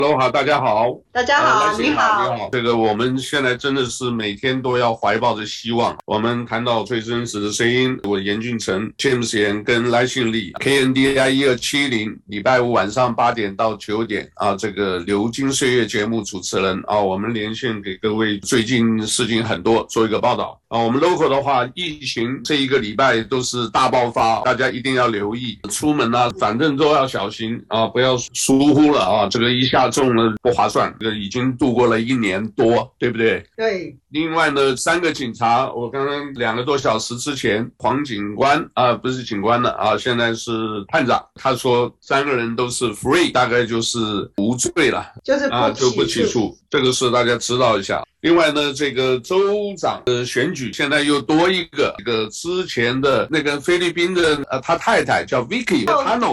Hello， 好，大家好， 大家好，你好， 你好。这个我们现在真的是每天都要怀抱着希望。我们谈到最真实的声音，我严俊成、James 严跟赖信利 ，KNDI 1270，礼拜五晚上8点到9点啊，这个流金岁月节目主持人啊，我们连线给各位最近事情很多做一个报道啊。我们 local 的话，疫情这一个礼拜都是大爆发，大家一定要留意，出门啊，反正都要小心啊，不要疏忽了啊，这个一下中了不划算，这个已经度过了1年多，对不对？ 对。 另外呢，3个警察，我刚刚2个多小时之前，黄警官啊，不是警官了啊，现在是探长，他说3个人都是 free， 大概就是无罪了，就不起诉，这个是大家知道一下。另外呢，这个州长的选举现在又多一个，这个之前的那个菲律宾的他太太叫 Vicky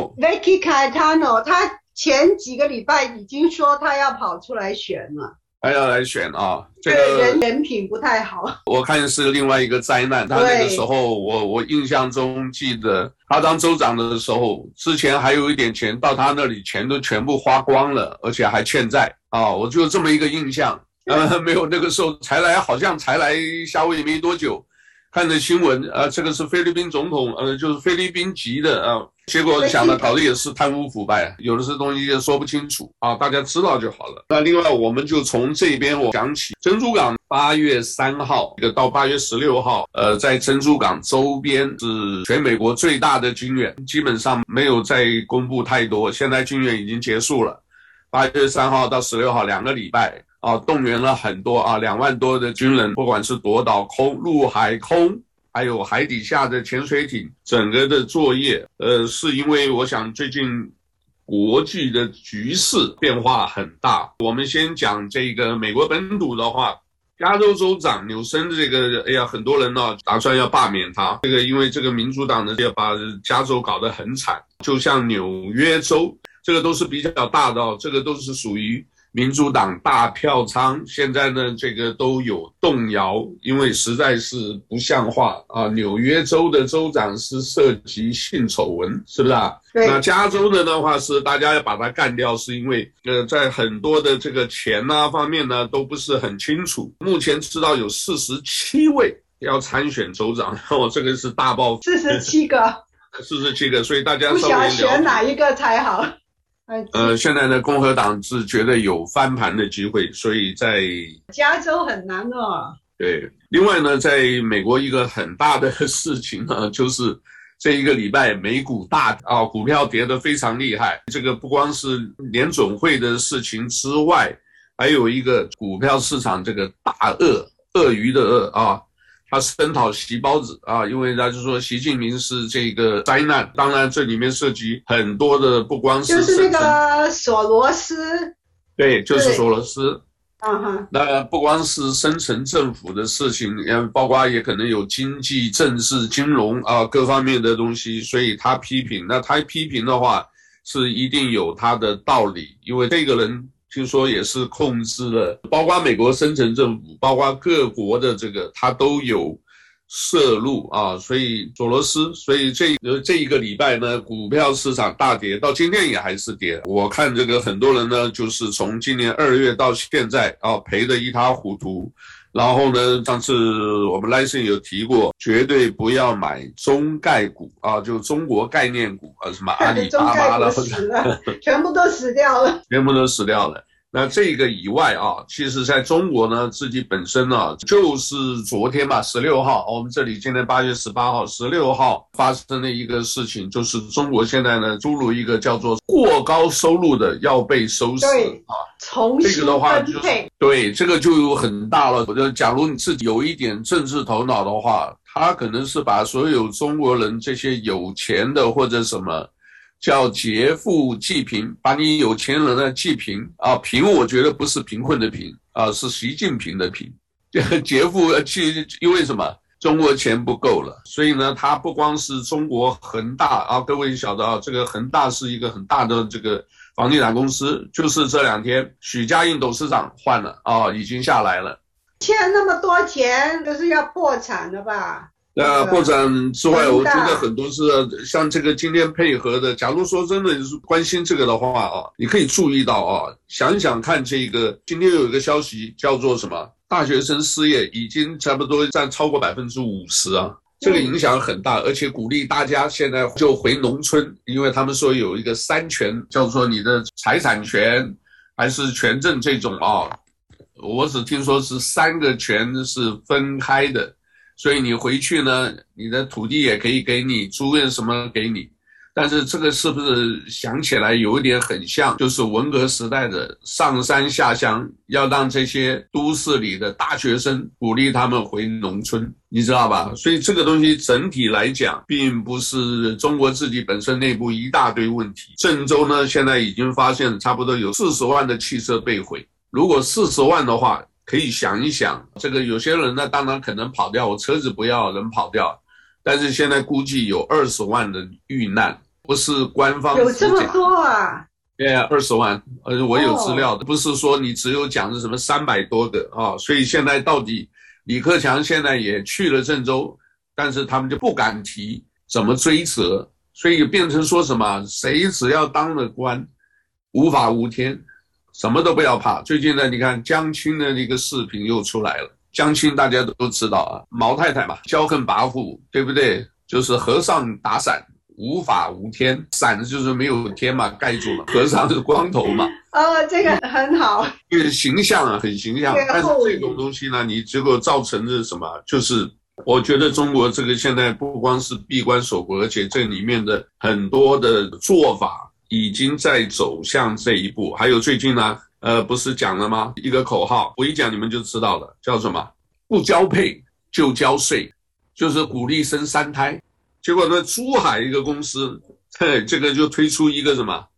Cayetano， 他前几个礼拜已经说他要跑出来选了。 他要来选啊， 这个人品不太好。 我看是另外一个灾难。他那个时候，我印象中记得他当州长的时候，之前还有一点钱，到他那里钱都全部花光了，而且还欠债啊，我就这么一个印象。没有那个时候好像才来夏威夷没多久，看着新闻这个是菲律宾总统就是菲律宾籍的结果想的搞的也是贪污腐败，有的是东西也说不清楚啊，大家知道就好了。那另外我们就从这边我讲起，珍珠港8月3号到8月16号，在珍珠港周边是全美国最大的军演，基本上没有再公布太多，现在军演已经结束了。8月3号到16号2个礼拜动员了很多2万多的军人，不管是夺岛空、陆海空。还有海底下的潜水艇，整个的作业，是因为我想最近国际的局势变化很大。我们先讲这个美国本土的话，加州州长纽森这个，哎呀，很多人打算要罢免他。这个因为这个民主党呢要把加州搞得很惨，就像纽约州，这个都是比较大的这个都是属于民主党大票仓，现在呢这个都有动摇，因为实在是不像话纽约州的州长是涉及性丑闻，是不是啊？那加州的话是大家要把它干掉，是因为在很多的这个钱方面呢都不是很清楚。目前知道有47位要参选州长，这个是大爆 47个， 所以大家不想选哪一个才好。 现在呢，共和党是觉得有翻盘的机会，所以在加州很难对，另外呢，在美国一个很大的事情呢，就是这一个礼拜美股股票跌得非常厉害。这个不光是联准会的事情之外，还有一个股票市场这个大鳄鱼的鳄他声讨习包子因为他就说习近平是这个灾难，当然这里面涉及很多的，不光是就是那个索罗斯， 对，就是索罗斯。那不光是深层政府的事情，包括也可能有经济、政治、金融各方面的东西，所以他批评。那他批评的话，是一定有他的道理，因为这个人听说也是控制了，包括美国深层政府，包括各国的这个，他都有涉入所以索罗斯，所以这一个礼拜呢，股票市场大跌，到今天也还是跌。我看这个很多人呢，就是从今年2月到现在赔得一塌糊涂。然后呢，上次我们 License 有提过，绝对不要买中概股就中国概念股什么阿里巴巴了， 全部都死掉了。那这个以外其实在中国呢，自己本身就是昨天吧，16号，我们这里今天8月18号，16号发生的一个事情，就是中国现在呢注入一个叫做过高收入的要被收拾重新分配。 对，这个就有很大了。我觉得假如你自己有一点政治头脑的话，他可能是把所有中国人这些有钱的或者什么叫劫富济贫，把你有钱人的济贫贫我觉得不是贫困的贫是习近平的贫。劫富因为什么？中国钱不够了，所以呢，它不光是中国恒大各位晓得这个恒大是一个很大的这个房地产公司，就是这2天许家印董事长换了已经下来了， 欠那么多钱都是要破产了吧？ 扩展之外，我觉得很多是像这个今天配合的。假如说真的是关心这个的话啊，你可以注意到啊，想想看，这个今天有一个消息叫做什么？大学生失业已经差不多占超过50%啊，这个影响很大，而且鼓励大家现在就回农村，因为他们说有一个3权，叫做你的财产权还是权证这种啊，我只听说是3个权是分开的。所以你回去呢，你的土地也可以给你，租赁什么给你，但是这个是不是想起来有一点很像，就是文革时代的上山下乡，要让这些都市里的大学生鼓励他们回农村，你知道吧？所以这个东西整体来讲，并不是中国自己本身内部一大堆问题。郑州呢，现在已经发现差不多有40万的汽车被毁，如果40万的话，可以想一想，这个有些人呢，当然可能跑掉，我车子不要，人跑掉，但是现在估计有20万的遇难，不是官方有这么多啊？ 对啊，20万，我有资料的，不是说你只有讲的什么300多个啊，所以现在到底李克强现在也去了郑州，但是他们就不敢提怎么追责，所以变成说什么，谁只要当了官，无法无天。什么都不要怕。最近呢，你看江青的那个视频又出来了。江青大家都知道啊，毛太太嘛，骄横跋扈，对不对？就是和尚打伞，无法无天，伞就是没有天嘛，盖住了。和尚是光头嘛。 这个很好。 这个形象啊，很形象。但是这种东西呢，你结果造成的什么？就是我觉得中国这个现在不光是闭关锁国，而且这里面的很多的做法。已经在走向这一步。还有最近呢，不是讲了吗？一个口号，我一讲你们就知道了，叫什么？不交配就交税，就是鼓励生3胎。结果呢，珠海一个公司，这个就推出一个什么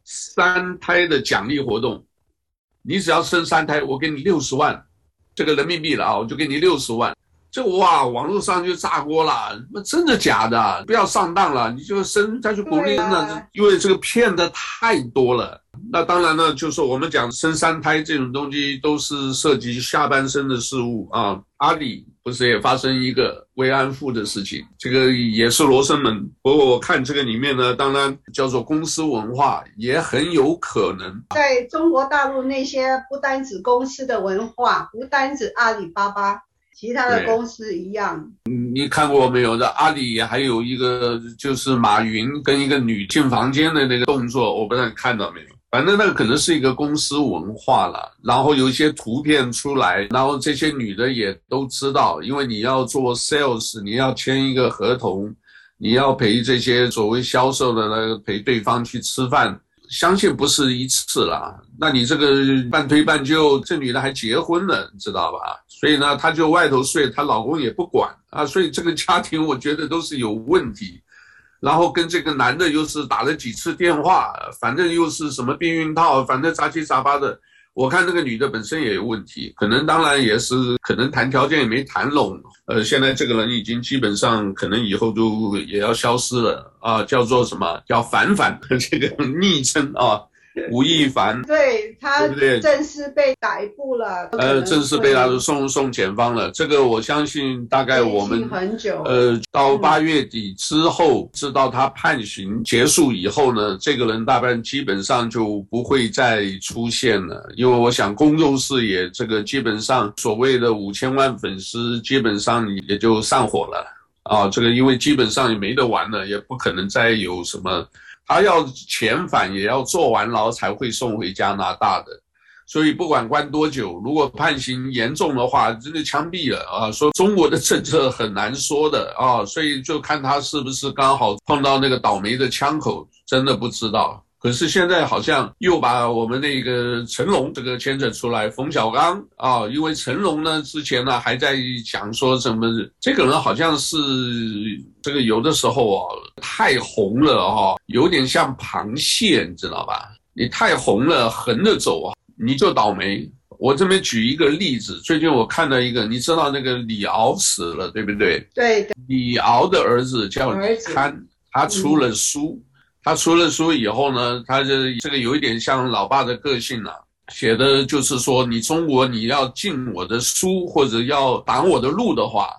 3胎的奖励活动，你只要生3胎，我给你60万，这个人民币了啊，我就给你60万。这哇，网络上就炸锅了，那真的假的？不要上当了，你就生，他就鼓励呢，因为这个骗的太多了。那当然呢，就是我们讲生3胎这种东西都是涉及下半身的事物啊。阿里不是也发生一个慰安妇的事情，这个也是罗生门。不过我看这个里面呢，当然叫做公司文化，也很有可能在中国大陆那些不单指公司的文化，不单指阿里巴巴。其他的公司一样， 你看过没有？这阿里还有一个就是马云跟一个女进房间的那个动作，我不知道你看到没有？反正那个可能是一个公司文化了，然后有一些图片出来，然后这些女的也都知道，因为你要做 sales， 你要签一个合同，你要陪这些所谓销售的那个陪对方去吃饭。相信不是一次了，那你这个半推半就，这女的还结婚了，你知道吧？所以呢，她就外头睡，她老公也不管啊，所以这个家庭我觉得都是有问题。然后跟这个男的又是打了几次电话，反正又是什么避孕套，反正杂七杂八的。我看那个女的本身也有问题，可能当然也是可能谈条件也没谈拢，现在这个人已经基本上可能以后就也要消失了啊，叫做什么叫凡凡这个昵称啊，吴亦凡， 对，他正式被逮捕了， 正式被他送检方了。这个我相信大概我们很久， 到8月底之后，直到他判刑结束以后呢，这个人大概基本上就不会再出现了，因为我想公众视野这个基本上所谓的5000万粉丝基本上也就散伙了啊，这个因为基本上也没得玩了，也不可能再有什么。他要遣返也要坐完牢才会送回加拿大的，所以不管关多久，如果判刑严重的话，真的枪毙了啊！说中国的政策很难说的啊，所以就看他是不是刚好碰到那个倒霉的枪口，真的不知道。可是现在好像又把我们那个成龙这个牵扯出来，冯小刚啊，因为成龙呢之前呢还在讲说什么，这个人好像是这个有的时候啊太红了啊，有点像螃蟹，你知道吧？你太红了，横着走啊，你就倒霉。我这边举一个例子，最近我看到一个，你知道那个李敖死了，对不对？ 对。 李敖的儿子叫李堪，他出了书。他出了书以后呢，他这个有一点像老爸的个性啊，写的就是说，你中国你要进我的书或者要挡我的路的话，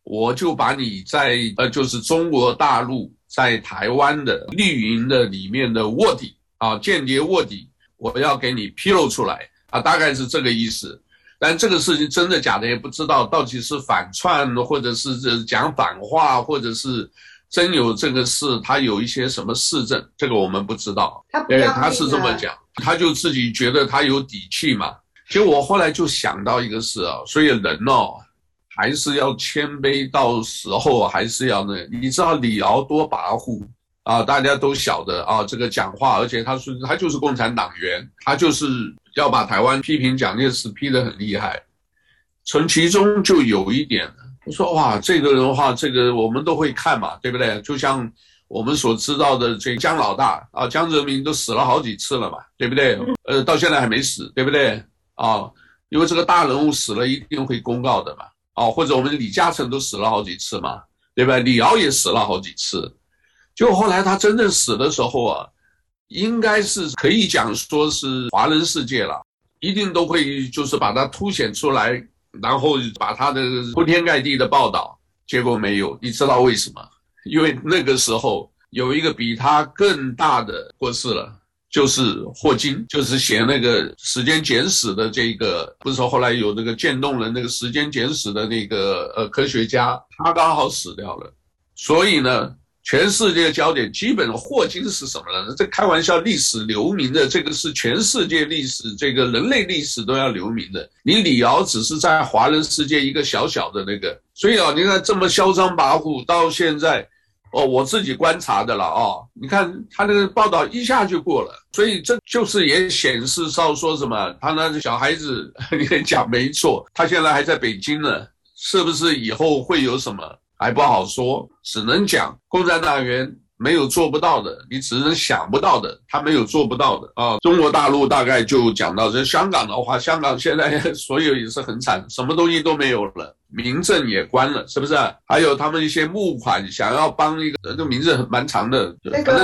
我就把你在就是中国大陆在台湾的绿营的里面的卧底啊，间谍卧底，我要给你披露出来啊，大概是这个意思。但这个事情真的假的也不知道，到底是反串，或者是讲反话，或者是真有这个事，他有一些什么事证，这个我们不知道。他是这么讲，他就自己觉得他有底气嘛。其实我后来就想到一个事啊，所以人哦，还是要谦卑，到时候还是要那，你知道李敖多跋扈啊，大家都晓得啊，这个讲话，而且他就是共产党员，他就是要把台湾批评蒋介石批得很厉害，从其中就有一点，我说哇，这个人的话，这个我们都会看嘛，对不对？就像我们所知道的这江老大啊，江泽民都死了好几次了嘛，对不对？到现在还没死，对不对？啊，因为这个大人物死了一定会公告的嘛，啊，或者我们李嘉诚都死了好几次嘛，对吧？李敖也死了好几次。就后来他真正死的时候啊，应该是可以讲说是华人世界了，一定都会就是把它凸显出来，然后把他的铺天盖地的报道，结果没有。你知道为什么？因为那个时候有一个比他更大的过世了，就是霍金，就是写那个时间简史的这个，不是后来有那个渐冻人那个时间简史的那个科学家，他刚好死掉了，所以呢。全世界的焦点基本霍金是什么呢？这开玩笑，历史留名的，这个是全世界历史，这个人类历史都要留名的。你李敖只是在华人世界一个小小的那个，所以啊，你看这么嚣张跋扈，到现在，哦，我自己观察的了哦，你看他那个报道一下就过了，所以这就是也显示到说什么，他那小孩子你讲没错，他现在还在北京呢，是不是以后会有什么？还不好说，只能讲共产党员没有做不到的，你只能想不到的，他没有做不到的啊。中国大陆大概就讲到这，香港的话，香港现在所有也是很惨，什么东西都没有了，民政也关了，是不是？还有他们一些募款，想要帮一个，这个名字蛮长的， 那个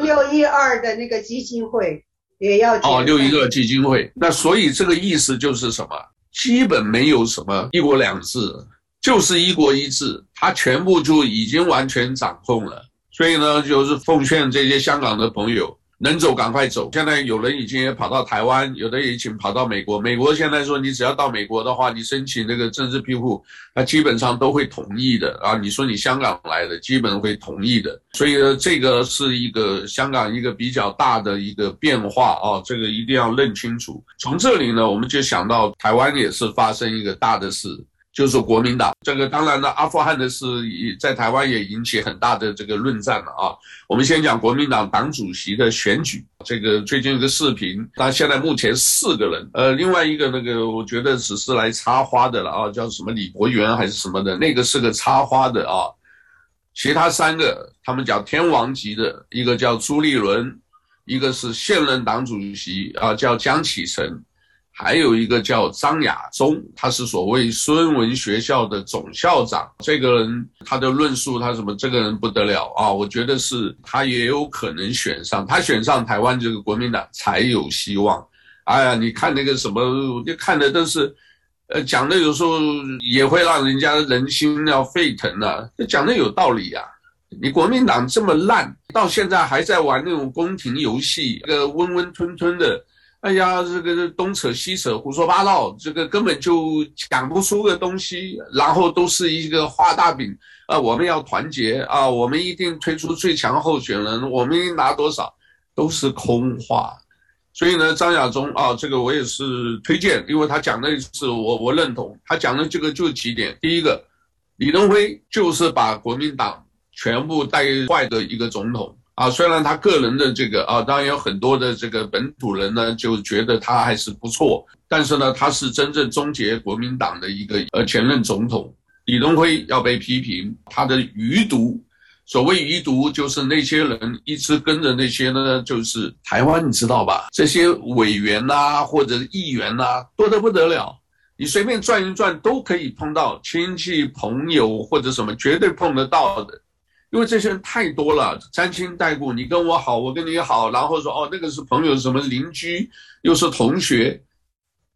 612的那个基金会也要 612基金会，那所以这个意思就是什么？基本没有什么一国两制。就是一国一制，他全部就已经完全掌控了。所以呢，就是奉劝这些香港的朋友，能走赶快走。现在有人已经也跑到台湾，有的也已经跑到美国。美国现在说，你只要到美国的话，你申请那个政治庇护，他基本上都会同意的啊。你说你香港来的，基本会同意的。所以呢，这个是一个香港一个比较大的一个变化啊，这个一定要认清楚。从这里呢，我们就想到台湾也是发生一个大的事。就是国民党，这个当然了，阿富汗的事在台湾也引起很大的这个论战了啊。我们先讲国民党党主席的选举，这个最近有个视频，但现在目前4个人，另外一个那个我觉得只是来插花的了啊，叫什么李博元还是什么的，那个是个插花的啊。其他3个他们讲天王级的，一个叫朱立伦，一个是现任党主席啊，叫江启臣。还有一个叫张亚中，他是所谓孙文学校的总校长。这个人他的论述，他什么这个人不得了啊！我觉得是他也有可能选上，他选上台湾这个国民党才有希望。哎呀，你看那个什么，我就看的都是，讲的有时候也会让人家人心要沸腾啊，讲的有道理啊。你国民党这么烂，到现在还在玩那种宫廷游戏，这个温温吞吞的。哎呀，这个东扯西扯，胡说八道，这个根本就讲不出个东西，然后都是一个画大饼啊！我们要团结啊，我们一定推出最强候选人，我们应拿多少，都是空话。所以呢，张亚中啊，这个我也是推荐，因为他讲的是我认同，他讲的这个就几点。第一个，李登辉就是把国民党全部带坏的一个总统。啊，虽然他个人的这个啊，当然有很多的这个本土人呢，就觉得他还是不错，但是呢，他是真正终结国民党的一个前任总统。李登辉要被批评他的余毒，所谓余毒就是那些人一直跟着那些呢，就是台湾你知道吧？这些委员啊或者议员啊多得不得了，你随便转一转都可以碰到亲戚朋友或者什么，绝对碰得到的。因为这些人太多了，沾亲带故，你跟我好，我跟你好，然后说哦那个是朋友，什么邻居，又是同学，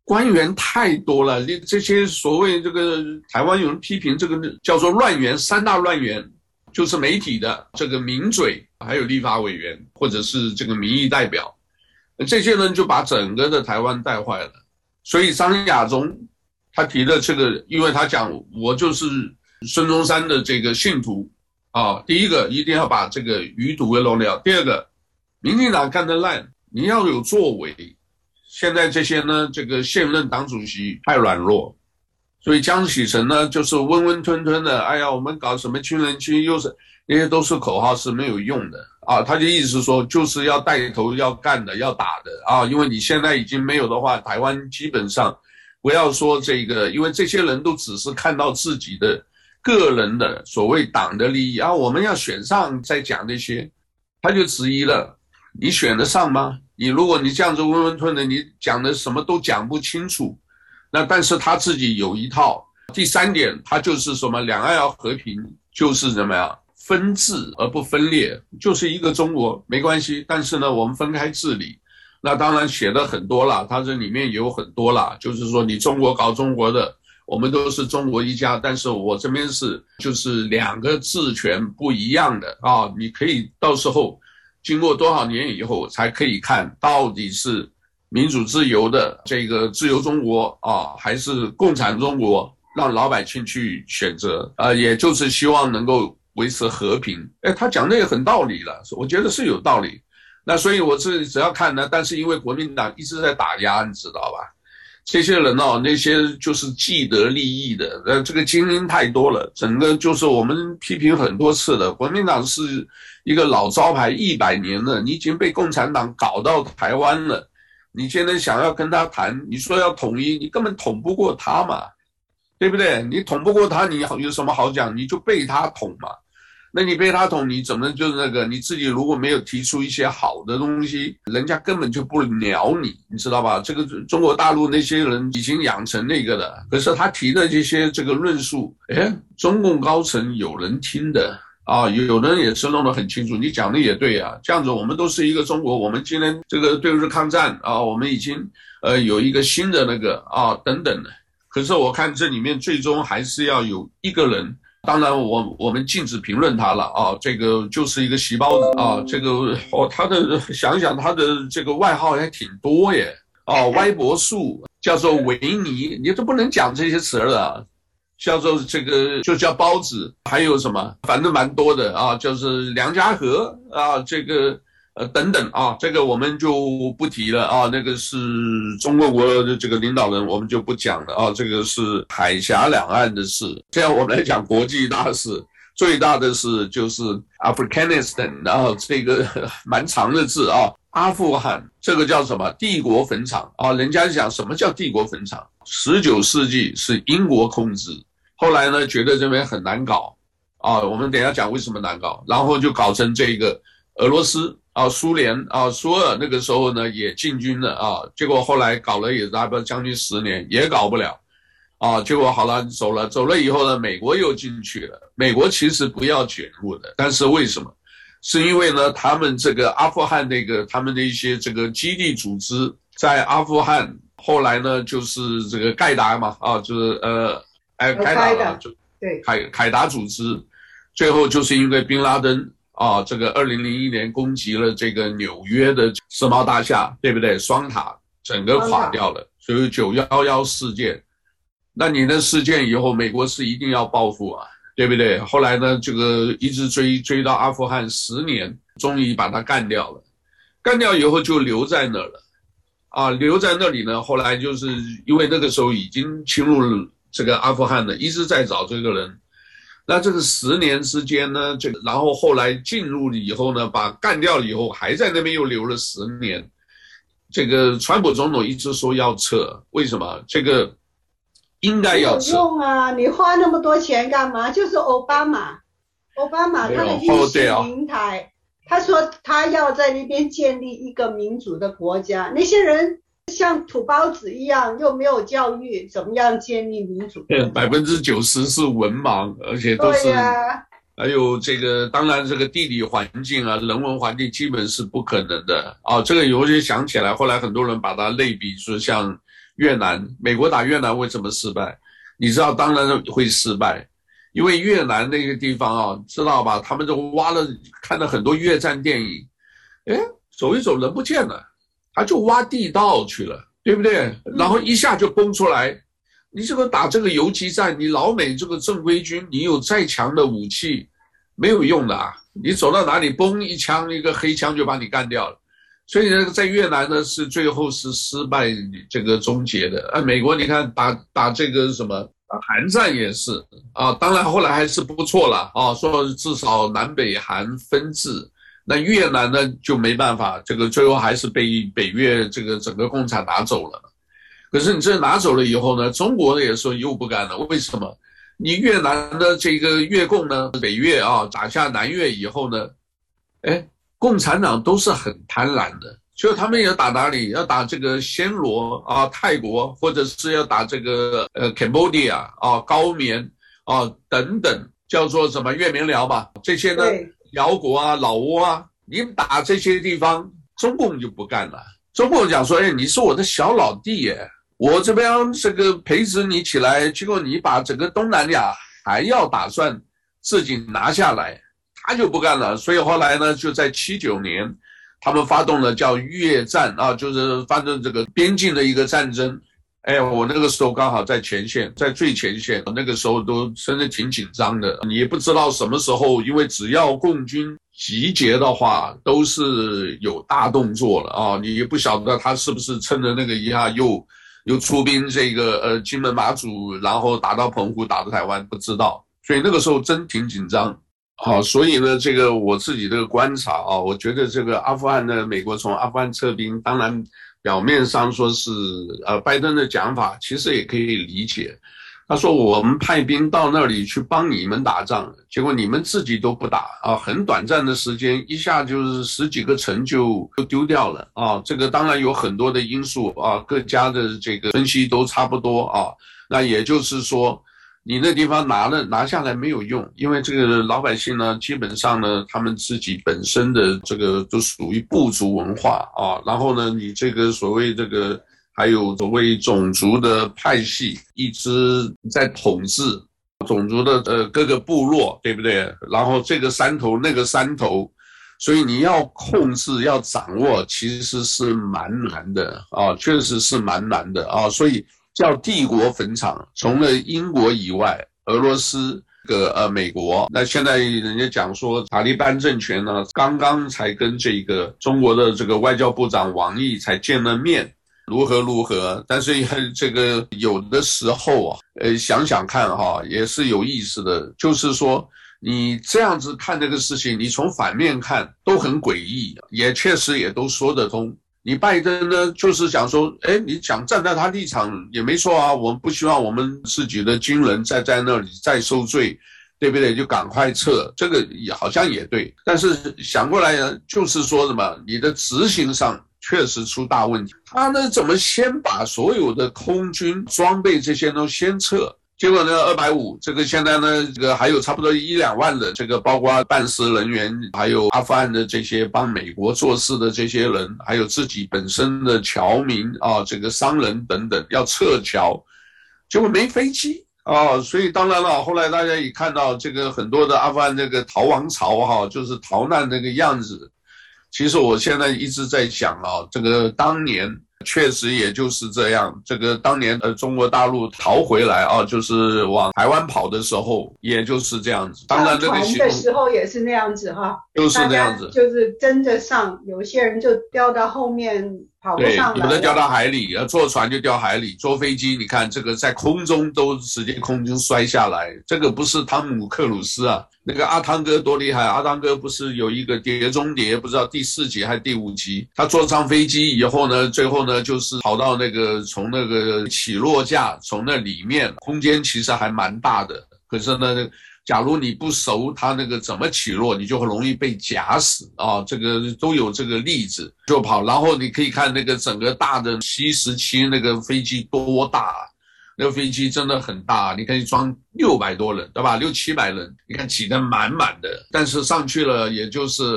官员太多了，这些所谓这个台湾有人批评这个叫做乱源，三大乱源就是媒体的这个名嘴，还有立法委员或者是这个民意代表，这些人就把整个的台湾带坏了。所以张亚中他提的这个，因为他讲我就是孙中山的这个信徒啊，第一个一定要把这个余毒给弄掉，第二个民进党干得烂，你要有作为。现在这些呢，这个现任党主席太软弱，所以江启臣呢就是温温吞吞的，哎呀，我们搞什么军人区，又是那些都是口号，是没有用的啊。他就意思说，就是要带头要干的，要打的啊，因为你现在已经没有的话，台湾基本上不要说这个，因为这些人都只是看到自己的个人的所谓党的利益啊，我们要选上再讲这些，他就质疑了，你选得上吗？如果你这样子温温吞的，你讲的什么都讲不清楚，那但是他自己有一套。第三点，他就是什么两岸要和平，就是怎么样分治而不分裂，就是一个中国没关系，但是呢我们分开治理。那当然写的很多了，他这里面有很多了，就是说你中国搞中国的，我们都是中国一家，但是我这边是就是两个治权不一样的啊，你可以到时候经过多少年以后才可以看到底是民主自由的这个自由中国啊，还是共产中国，让老百姓去选择也就是希望能够维持和平。他讲的也很道理了，我觉得是有道理。那所以我只要看呢，但是因为国民党一直在打压，你知道吧？这些人哦，那些就是既得利益的，这个精英太多了，整个就是我们批评很多次了。国民党是一个老招牌100年了，你已经被共产党搞到台湾了，你现在想要跟他谈，你说要统一，你根本统不过他嘛，对不对？你统不过他，你有什么好讲？你就被他统嘛。那你被他统，你怎么就是那个你自己如果没有提出一些好的东西，人家根本就不鸟你，你知道吧？这个中国大陆那些人已经养成那个了，可是他提的这些这个论述，中共高层有人听的啊，有人也是弄得很清楚，你讲的也对啊，这样子我们都是一个中国，我们今天这个对日抗战啊，我们已经有一个新的那个啊等等的，可是我看这里面最终还是要有一个人。当然我们禁止评论他了啊，这个就是一个习包子啊，这个他的想想他的这个外号还挺多耶歪脖树叫做维尼，你都不能讲这些词了，叫做这个就叫包子，还有什么反正蛮多的啊，就是梁家河啊，这个等等啊，这个我们就不提了啊，那个是中国国的这个领导人，我们就不讲了啊，这个是海峡两岸的事。这样我们来讲国际大事，最大的事就是 Afghanistan 啊，这个蛮长的字啊，阿富汗这个叫什么帝国坟场啊？人家讲什么叫帝国坟场？19世纪是英国控制，后来呢觉得这边很难搞啊，我们等一下讲为什么难搞，然后就搞成这个俄罗斯。苏联苏俄那个时候呢也进军了啊，结果后来搞了也差不多将近10年也搞不了啊，结果好了走了以后呢，美国又进去了。美国其实不要卷入的，但是为什么？是因为呢他们这个阿富汗那个他们的一些这个基地组织在阿富汗，后来呢就是这个盖达嘛就是盖达了，就对凯达组织，最后就是因为宾拉登。这个2001年攻击了这个纽约的世贸大厦，对不对？双塔整个垮掉了，所以911事件。那你的事件以后，美国是一定要报复啊，对不对？后来呢，这个一直追到阿富汗10年，终于把它干掉了。干掉以后就留在那了留在那里呢。后来就是因为那个时候已经侵入了这个阿富汗了，一直在找这个人。那这个10年之间呢，然后后来进入了以后呢，把干掉了以后，还在那边又留了10年。这个川普总统一直说要撤，为什么？这个应该要撤。 没有用啊！你花那么多钱干嘛？就是奥巴马他的意识形态，他说他要在那边建立一个民主的国家，那些人。像土包子一样，又没有教育，怎么样建立民主 ？90%是文盲，而且都是，还有这个，当然这个地理环境啊，人文环境基本是不可能的啊。这个有些想起来，后来很多人把它类比说像越南，美国打越南为什么失败？你知道，当然会失败，因为越南那个地方啊，知道吧？他们都看了很多越战电影，哎，走一走人不见了，他就挖地道去了，对不对？然后一下就崩出来。你这个打这个游击战，你老美这个正规军，你有再强的武器没有用的啊！你走到哪里，嘣一枪，一个黑枪就把你干掉了。所以呢，在越南呢是最后是失败这个终结的。美国你看打这个什么韩战也是啊，当然后来还是不错了啊，说至少南北韩分治。那越南呢就没办法，这个最后还是被北越这个整个共产拿走了。可是你这拿走了以后呢，中国也说又不干了，为什么？你越南的这个越共呢，北越啊打下南越以后呢，共产党都是很贪婪的，就他们要打哪里？要打这个暹罗啊、泰国，或者是要打这个Cambodia 啊、高棉啊等等，叫做什么越缅辽吧，这些呢，辽国啊、老挝啊，你打这些地方，中共就不干了。中共讲说，你是我的小老弟耶。我这边这个培植你起来，结果你把整个东南亚还要打算自己拿下来，他就不干了。所以后来呢，就在79年，他们发动了叫越战啊，就是发动这个边境的一个战争。我那个时候刚好在前线，在最前线，那个时候都真的挺紧张的。你也不知道什么时候，因为只要共军集结的话，都是有大动作了啊！你也不晓得他是不是趁着那个一下又出兵这个金门马祖，然后打到澎湖，打到台湾，不知道。所以那个时候真挺紧张。好，所以呢，这个我自己的观察啊，我觉得这个阿富汗呢，美国从阿富汗撤兵，当然表面上说是拜登的讲法，其实也可以理解。他说我们派兵到那里去帮你们打仗，结果你们自己都不打啊，很短暂的时间，一下就是10几个城就丢掉了啊。这个当然有很多的因素啊，各家的这个分析都差不多啊。那也就是说，你那地方拿下来没有用，因为这个老百姓呢，基本上呢，他们自己本身的这个都属于部族文化啊。然后呢，你这个所谓这个。还有所谓种族的派系一直在统治种族的各个部落，对不对？然后这个山头那个山头，所以你要控制要掌握其实是蛮难的啊，确实是蛮难的啊。所以叫帝国坟场，除了英国以外，俄罗斯美国，那现在人家讲说塔利班政权呢，刚刚才跟这个中国的这个外交部长王毅才见了面。如何，但是这个有的时候啊，想想看哈，也是有意思的。就是说，你这样子看这个事情，你从反面看都很诡异，也确实也都说得通。你拜登呢，就是想说，你想站在他立场也没错啊，我们不希望我们自己的军人在那里再受罪，对不对？就赶快撤，这个也好像也对。但是想过来呢，就是说什么，你的执行上确实出大问题。他呢怎么先把所有的空军装备这些都先撤？结果呢250，这个现在呢这个还有差不多1-2万人，这个包括办事人员，还有阿富汗的这些帮美国做事的这些人，还有自己本身的侨民啊，这个商人等等要撤侨，结果没飞机。所以当然了，后来大家也看到这个很多的阿富汗这个逃亡潮就是逃难那个样子。其实我现在一直在想这个当年确实也就是这样，这个当年中国大陆逃回来就是往台湾跑的时候，也就是这样子。当然那个船的时候也是那样子就是那样子， 就是争着上，有些人就掉到后面跑不上来了， 有的掉到海里，坐船就掉海里，坐飞机你看这个在空中都直接空中摔下来，这个不是汤姆克鲁斯啊，那个阿汤哥多厉害，阿汤哥不是有一个碟中谍，不知道第4集还是第5集，他坐上飞机以后呢，最后呢就是跑到那个从那个起落架，从那里面空间其实还蛮大的，可是呢假如你不熟它那个怎么起落，你就很容易被夹死这个都有这个例子，就跑。然后你可以看那个整个大的C-17那个飞机多大那个飞机真的很大，你可以装600多人，对吧？600-700人，你看挤得满满的，但是上去了也就是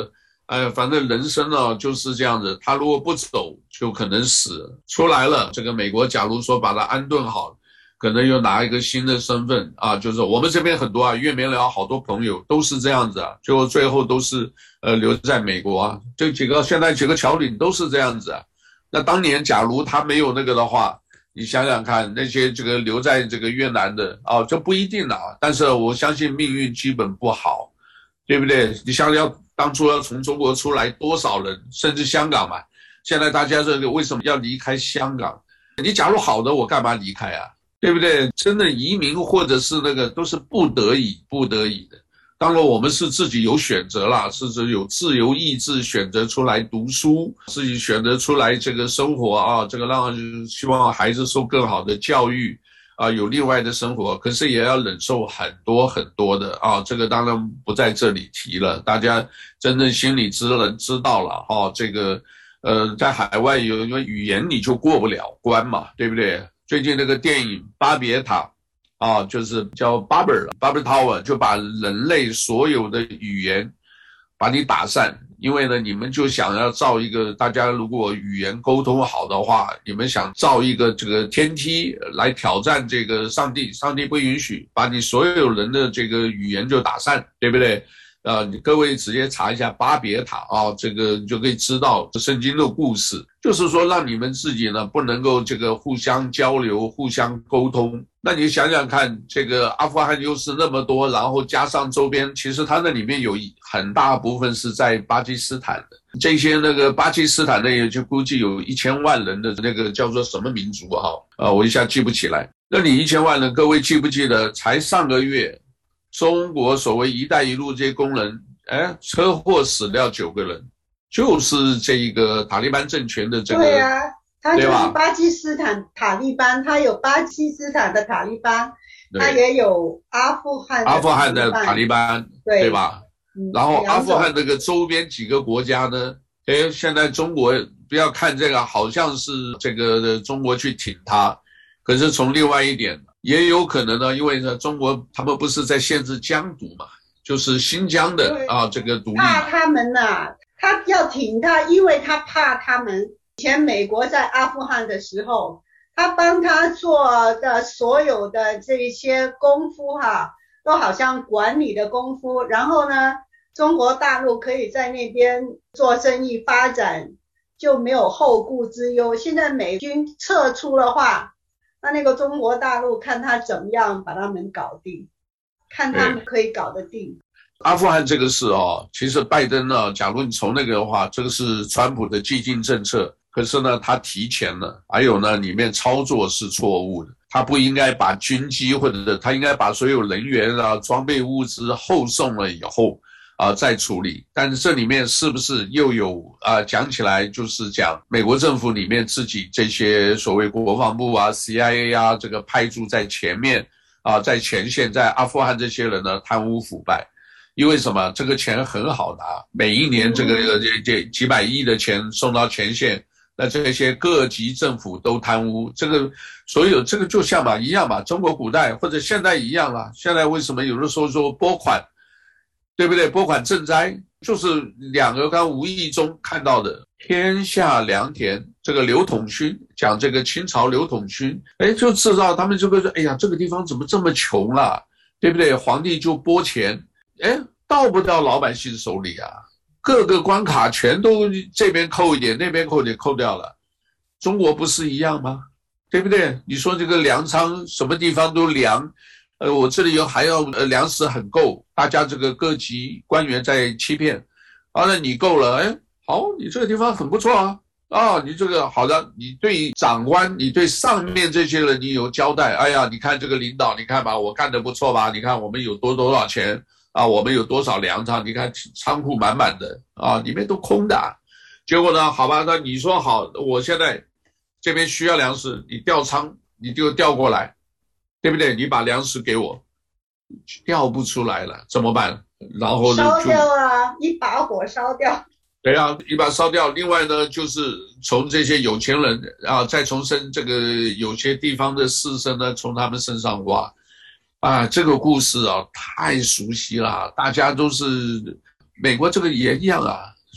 反正人生呢就是这样子，他如果不走，就可能死。出来了，这个美国假如说把他安顿好，可能又拿一个新的身份啊，就是我们这边很多啊，越绵聊好多朋友都是这样子啊，就最后都是留在美国啊，这现在几个侨领都是这样子啊。那当年假如他没有那个的话，你想想看，那些这个留在这个越南的啊，这不一定啊。但是我相信命运基本不好，对不对？你想想当初要从中国出来多少人，甚至香港嘛，现在大家这个为什么要离开香港？你假如好的，我干嘛离开啊？对不对？真的移民或者是那个都是不得已的。当然我们是自己有选择啦，是有自由意志选择出来读书，自己选择出来这个生活啊，这个让希望孩子受更好的教育啊，有另外的生活，可是也要忍受很多的啊，这个当然不在这里提了，大家真正心里知道了啊，这个在海外有因为语言你就过不了关嘛，对不对？最近那个电影《巴别塔》啊，就是叫 Babel Tower， 就把人类所有的语言把你打散，因为呢，你们就想要造一个，大家如果语言沟通好的话，你们想造一个这个天梯来挑战这个上帝，上帝不允许，把你所有人的这个语言就打散，对不对？各位直接查一下巴别塔啊，这个你就可以知道圣经的故事，就是说让你们自己呢不能够这个互相交流、互相沟通。那你想想看，这个阿富汗又是那么多，然后加上周边，其实它那里面有很大部分是在巴基斯坦的，这些那个巴基斯坦的也就估计有1000万人的那个叫做什么民族哈，我一下记不起来。那你1000万人，各位记不记得才上个月？中国所谓一带一路这些工人，车祸死掉9个人，就是这一个塔利班政权的这个， 对啊，他就是巴基斯坦塔利班，他有巴基斯坦的塔利班，他也有阿富汗的塔利班， 对吧？然后阿富汗这个周边几个国家呢，现在中国不要看这个好像是这个中国去挺他，可是从另外一点也有可能呢，因为呢中国他们不是在限制疆独嘛，就是新疆的这个独立， 怕他们啊，他要挺他，因为他怕他们。以前美国在阿富汗的时候，他帮他做的所有的这些功夫都好像管理的功夫，然后呢中国大陆可以在那边做生意发展，就没有后顾之忧。现在美军撤出的话，那个中国大陆看他怎么样把他们搞定，看他们可以搞得定。 阿富汗这个事其实拜登呢，假如你从那个的话，这个是川普的激进政策，可是呢他提前了，还有呢里面操作是错误的，他不应该把军机或者他应该把所有人员装备物资后送了以后再处理。但是这里面是不是又有讲起来就是讲美国政府里面自己这些所谓国防部CIA 这个派驻在前面在前线，在阿富汗这些人呢贪污腐败。因为什么？这个钱很好拿，每一年这几百亿的钱送到前线，那这些各级政府都贪污，这个所有这个就像一样嘛，中国古代或者现在一样啦。现在为什么有的时候说拨款，对不对？拨款赈灾，就是两个刚无意中看到的天下良田，这个刘统勋讲这个清朝刘统勋，就知道他们就会说，哎呀，这个地方怎么这么穷啦，对不对？皇帝就拨钱。到不到老百姓手里啊，各个关卡全都这边扣一点，那边扣一点，扣掉了。中国不是一样吗？对不对？你说这个粮仓什么地方都粮，我这里还要粮食很够，大家这个各级官员在欺骗，那你够了，好，你这个地方很不错你这个好的，你对长官，你对上面这些人你有交代，哎呀，你看这个领导，你看吧，我干得不错吧？你看我们有多少钱。我们有多少粮仓？你看仓库满满的里面都空的结果呢？好吧，那你说好，我现在这边需要粮食，你调仓，你就调过来，对不对？你把粮食给我，调不出来了，怎么办？然后呢？ 烧掉一把火烧掉。 对一把烧掉。另外呢，就是从这些有钱人再从这个有些地方的士绅呢，从他们身上挖。这个故事太熟悉了，大家都是美国这个也一样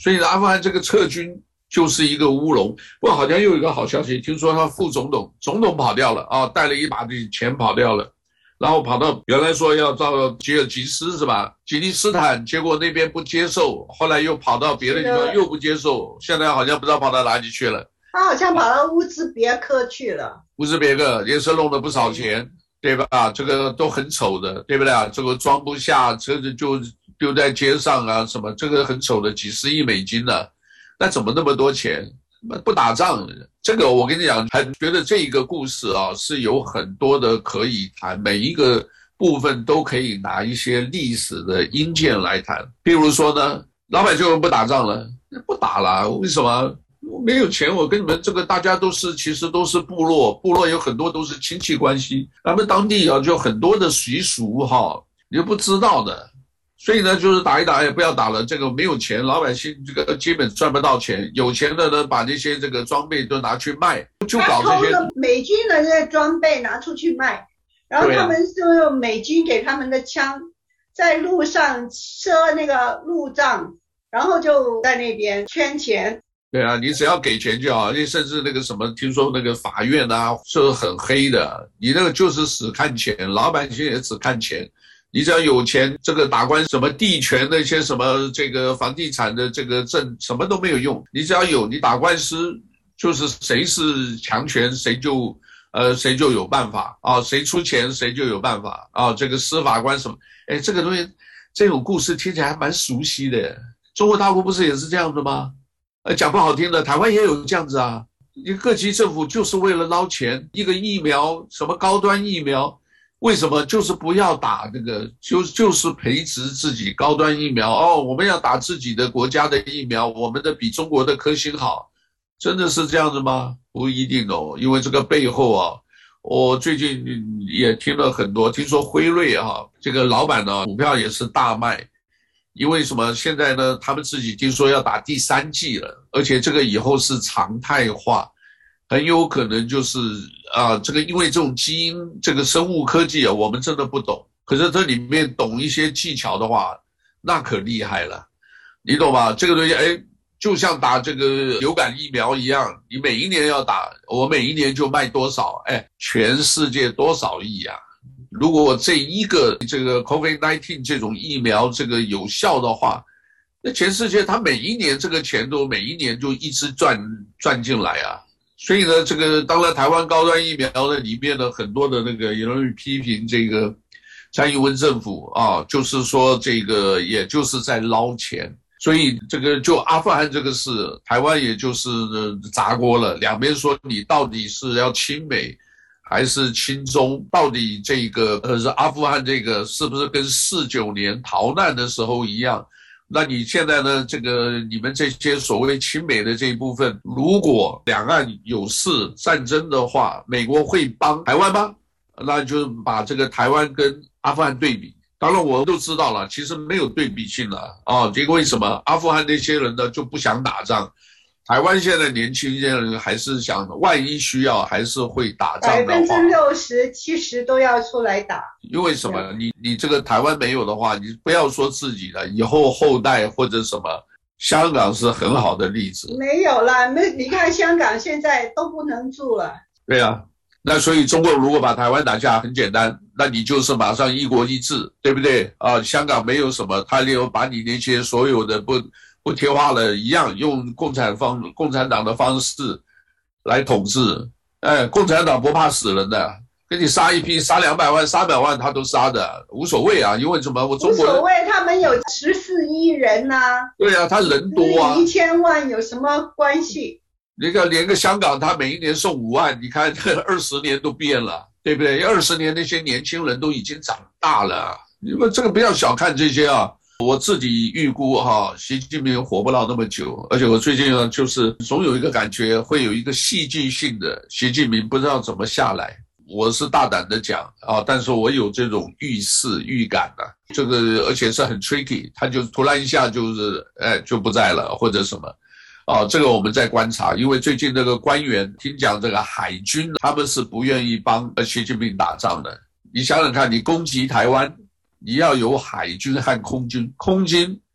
所以阿富汗这个撤军就是一个乌龙。不过好像又有一个好消息，听说他副总统跑掉了啊，带了一把的钱跑掉了，然后跑到原来说要到吉尔吉斯是吧？吉利斯坦，结果那边不接受，后来又跑到别的地方又不接受，现在好像不知道跑到哪里去了。 他好像跑到乌兹别克去了。 乌兹别克也是弄了不少钱，对吧？这个都很丑的，对不对啊？这个装不下，车子就丢在街上啊，什么这个很丑的，几十亿美金呢、那怎么那么多钱？不打仗，这个我跟你讲，还觉得这一个故事啊是有很多的可以谈，每一个部分都可以拿一些历史的因件来谈。譬如说呢，老百姓不打仗了，不打了，为什么？没有钱，我跟你们这个大家都是其实都是部落有很多都是亲戚关系，他们当地啊就很多的习俗哈，你就不知道的。所以呢，就是打一打也不要打了，这个没有钱，老百姓这个基本赚不到钱。有钱的呢，把那些这个装备都拿去卖，就搞这些。 他偷了美军的这些装备拿出去卖，然后他们就用美军给他们的枪，在路上设那个路障，然后就在那边圈钱。 对啊，你只要给钱就好，甚至那个什么，听说那个法院啊是很黑的，你那个就是只看钱，老百姓也只看钱。你只要有钱，这个打官什么地权那些什么这个房地产的这个证什么都没有用，你只要有，你打官司就是谁是强权谁就有办法啊，谁出钱谁就有办法啊，这个司法官什么，哎，这个东西这种故事听起来还蛮熟悉的。中国大陆不是也是这样的吗？讲不好听的，台湾也有这样子啊，你各级政府就是为了捞钱，一个疫苗什么高端疫苗。为什么就是不要打这个，就是培植自己高端疫苗哦？我们要打自己的国家的疫苗，我们的比中国的科兴好，真的是这样子吗？不一定哦，因为这个背后啊，我最近也听了很多，听说辉瑞啊，这个老板呢股票也是大卖，因为什么？现在呢，他们自己听说要打第3剂了，而且这个以后是常态化。很有可能就是这个因为这种基因这个生物科技啊，我们真的不懂。可是这里面懂一些技巧的话，那可厉害了，你懂吧？这个东西，就像打这个流感疫苗一样，你每一年要打，我每一年就卖多少，全世界多少亿啊！如果这一个这个 COVID-19 这种疫苗这个有效的话，那全世界它每一年这个钱都每一年就一直赚进来啊。所以呢，这个当然台湾高端疫苗的里面呢，很多的那个也容易批评这个蔡英文政府啊，就是说这个也就是在捞钱。所以这个就阿富汗这个事，台湾也就是砸锅了，两边说你到底是要亲美还是亲中？到底这个是阿富汗这个是不是跟49年逃难的时候一样？那你现在呢？这个你们这些所谓亲美的这一部分，如果两岸有事战争的话，美国会帮台湾吗？那就把这个台湾跟阿富汗对比。当然我都知道了，其实没有对比性了啊。结果为什么阿富汗那些人呢就不想打仗？台湾现在年轻人还是想，万一需要还是会打仗的话 ，60%、70%都要出来打。 因为什么？你这个台湾没有的话，你不要说自己了，以后后代或者什么，香港是很好的例子。 没有了，你看香港现在都不能住了。 对啊，那所以中国如果把台湾打下，很简单，那你就是马上一国一制，对不对啊？香港没有什么，他就把你那些所有的不贴化了一样，用共产党的方式来统治。共产党不怕死人的，给你杀一批，杀200万、300万他都杀的，无所谓啊。因为什么？我中国人无所谓，他们有14亿人呐。 对啊，他人多啊 ，1000万有什么关系？ 连个香港，他每一年送5万，你看20年都变了，对不对？20年那些年轻人都已经长大了，你们这个不要小看这些啊。我自己预估习近平活不到那么久，而且我最近呢，就是总有一个感觉，会有一个戏剧性的习近平不知道怎么下来。我是大胆的讲但是我有这种预感的，这个而且是很 tricky， 他就突然一下就是就不在了或者什么这个我们在观察，因为最近这个官员听讲这个海军他们是不愿意帮习近平打仗的。你想想看，你攻击台湾，你要有海军和空军，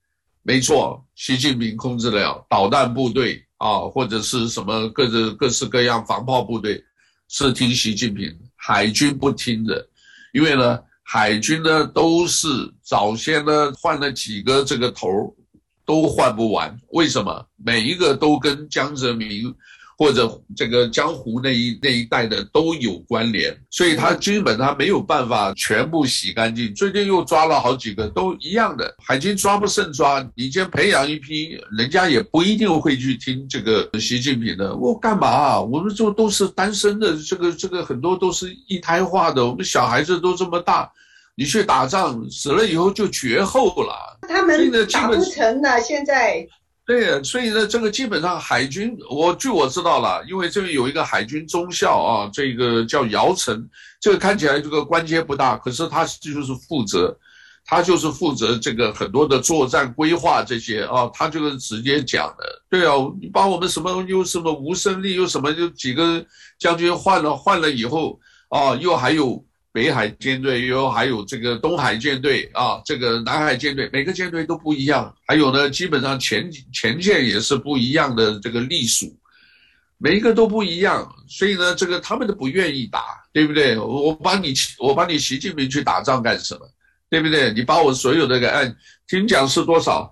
没错，习近平控制了导弹部队啊，或者是什么各式各样防炮部队，是听习近平，海军不听的，因为呢，海军呢都是早先呢换了几个这个头，都换不完。为什么？每一个都跟江泽民或者这个江湖那一带的都有关联，所以他基本上没有办法全部洗干净。最近又抓了好几个都一样的，海军抓不胜抓，你先培养一批，人家也不一定会去听这个习近平的。我干嘛啊？我们就都是单身的，这个很多都是一胎化的，我们小孩子都这么大，你去打仗死了以后就绝后了。 他们打不成了，现在。 对，所以呢，这个基本上海军，据我知道了，因为这个有一个海军中校啊，这个叫姚晨，这个看起来这个官阶不大，可是他就是负责这个很多的作战规划这些啊，他这个直接讲的。对啊，你把我们什么又什么吴胜利又什么就几个将军换了以后啊，又还有北海舰队，又还有这个东海舰队啊，这个南海舰队，每个舰队都不一样。还有呢，基本上前舰也是不一样的这个隶属，每一个都不一样。所以呢，这个他们都不愿意打，对不对？我帮你习近平去打仗干什么？对不对？你把我所有的听讲是多少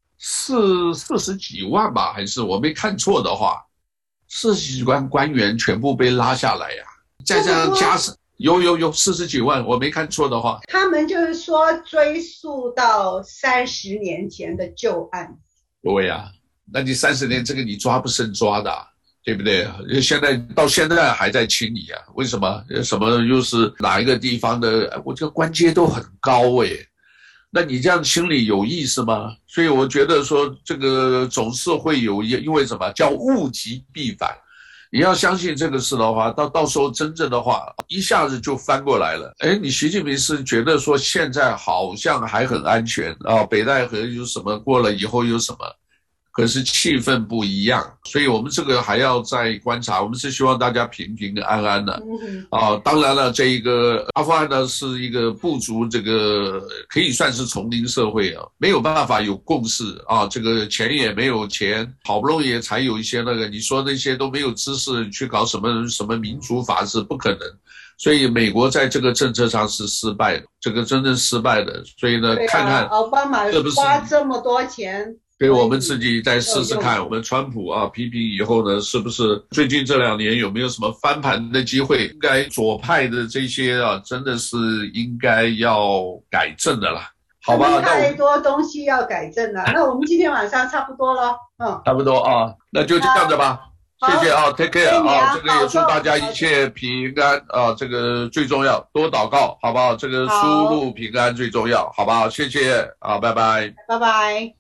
？40几万吧，还是我没看错的话，40几万官员全部被拉下来呀，再这样加上。有40几万，我没看错的话。 他们就是说追溯到30年前的旧案。 对呀，那你30年这个你抓不胜抓的，对不对？到现在还在清理啊？为什么？什么又是哪一个地方的？我这个官阶都很高诶，那你这样清理有意思吗？所以我觉得说这个总是会有，因为什么叫物极必反。你要相信这个事的话，到时候真正的话，一下子就翻过来了。哎，你习近平是觉得说现在好像还很安全啊，北戴河有什么过了以后有什么，可是气氛不一样，所以我们这个还要再观察。我们是希望大家平平安安的啊。当然了，这一个阿富汗呢是一个部族，这个可以算是丛林社会啊，没有办法有共识啊。这个钱也没有钱，好不容易才有一些那个，你说那些都没有知识去搞什么民主法是不可能。所以美国在这个政策上是失败的，这个真正失败的。所以呢，看看奥巴马花这么多钱。 给我们自己再试试看，我们川普啊批评以后呢，是不是最近这2年有没有什么翻盘的机会？应该左派的这些啊，真的是应该要改正的啦，好吧？ 太多东西要改正了。那我们今天晚上差不多了， 差不多啊，那就这样子吧。谢谢啊 ，take care 啊，这个也祝大家一切平安啊，这个最重要，多祷告，好不好？这个出入平安最重要，好不好？谢谢啊，拜拜， 拜拜。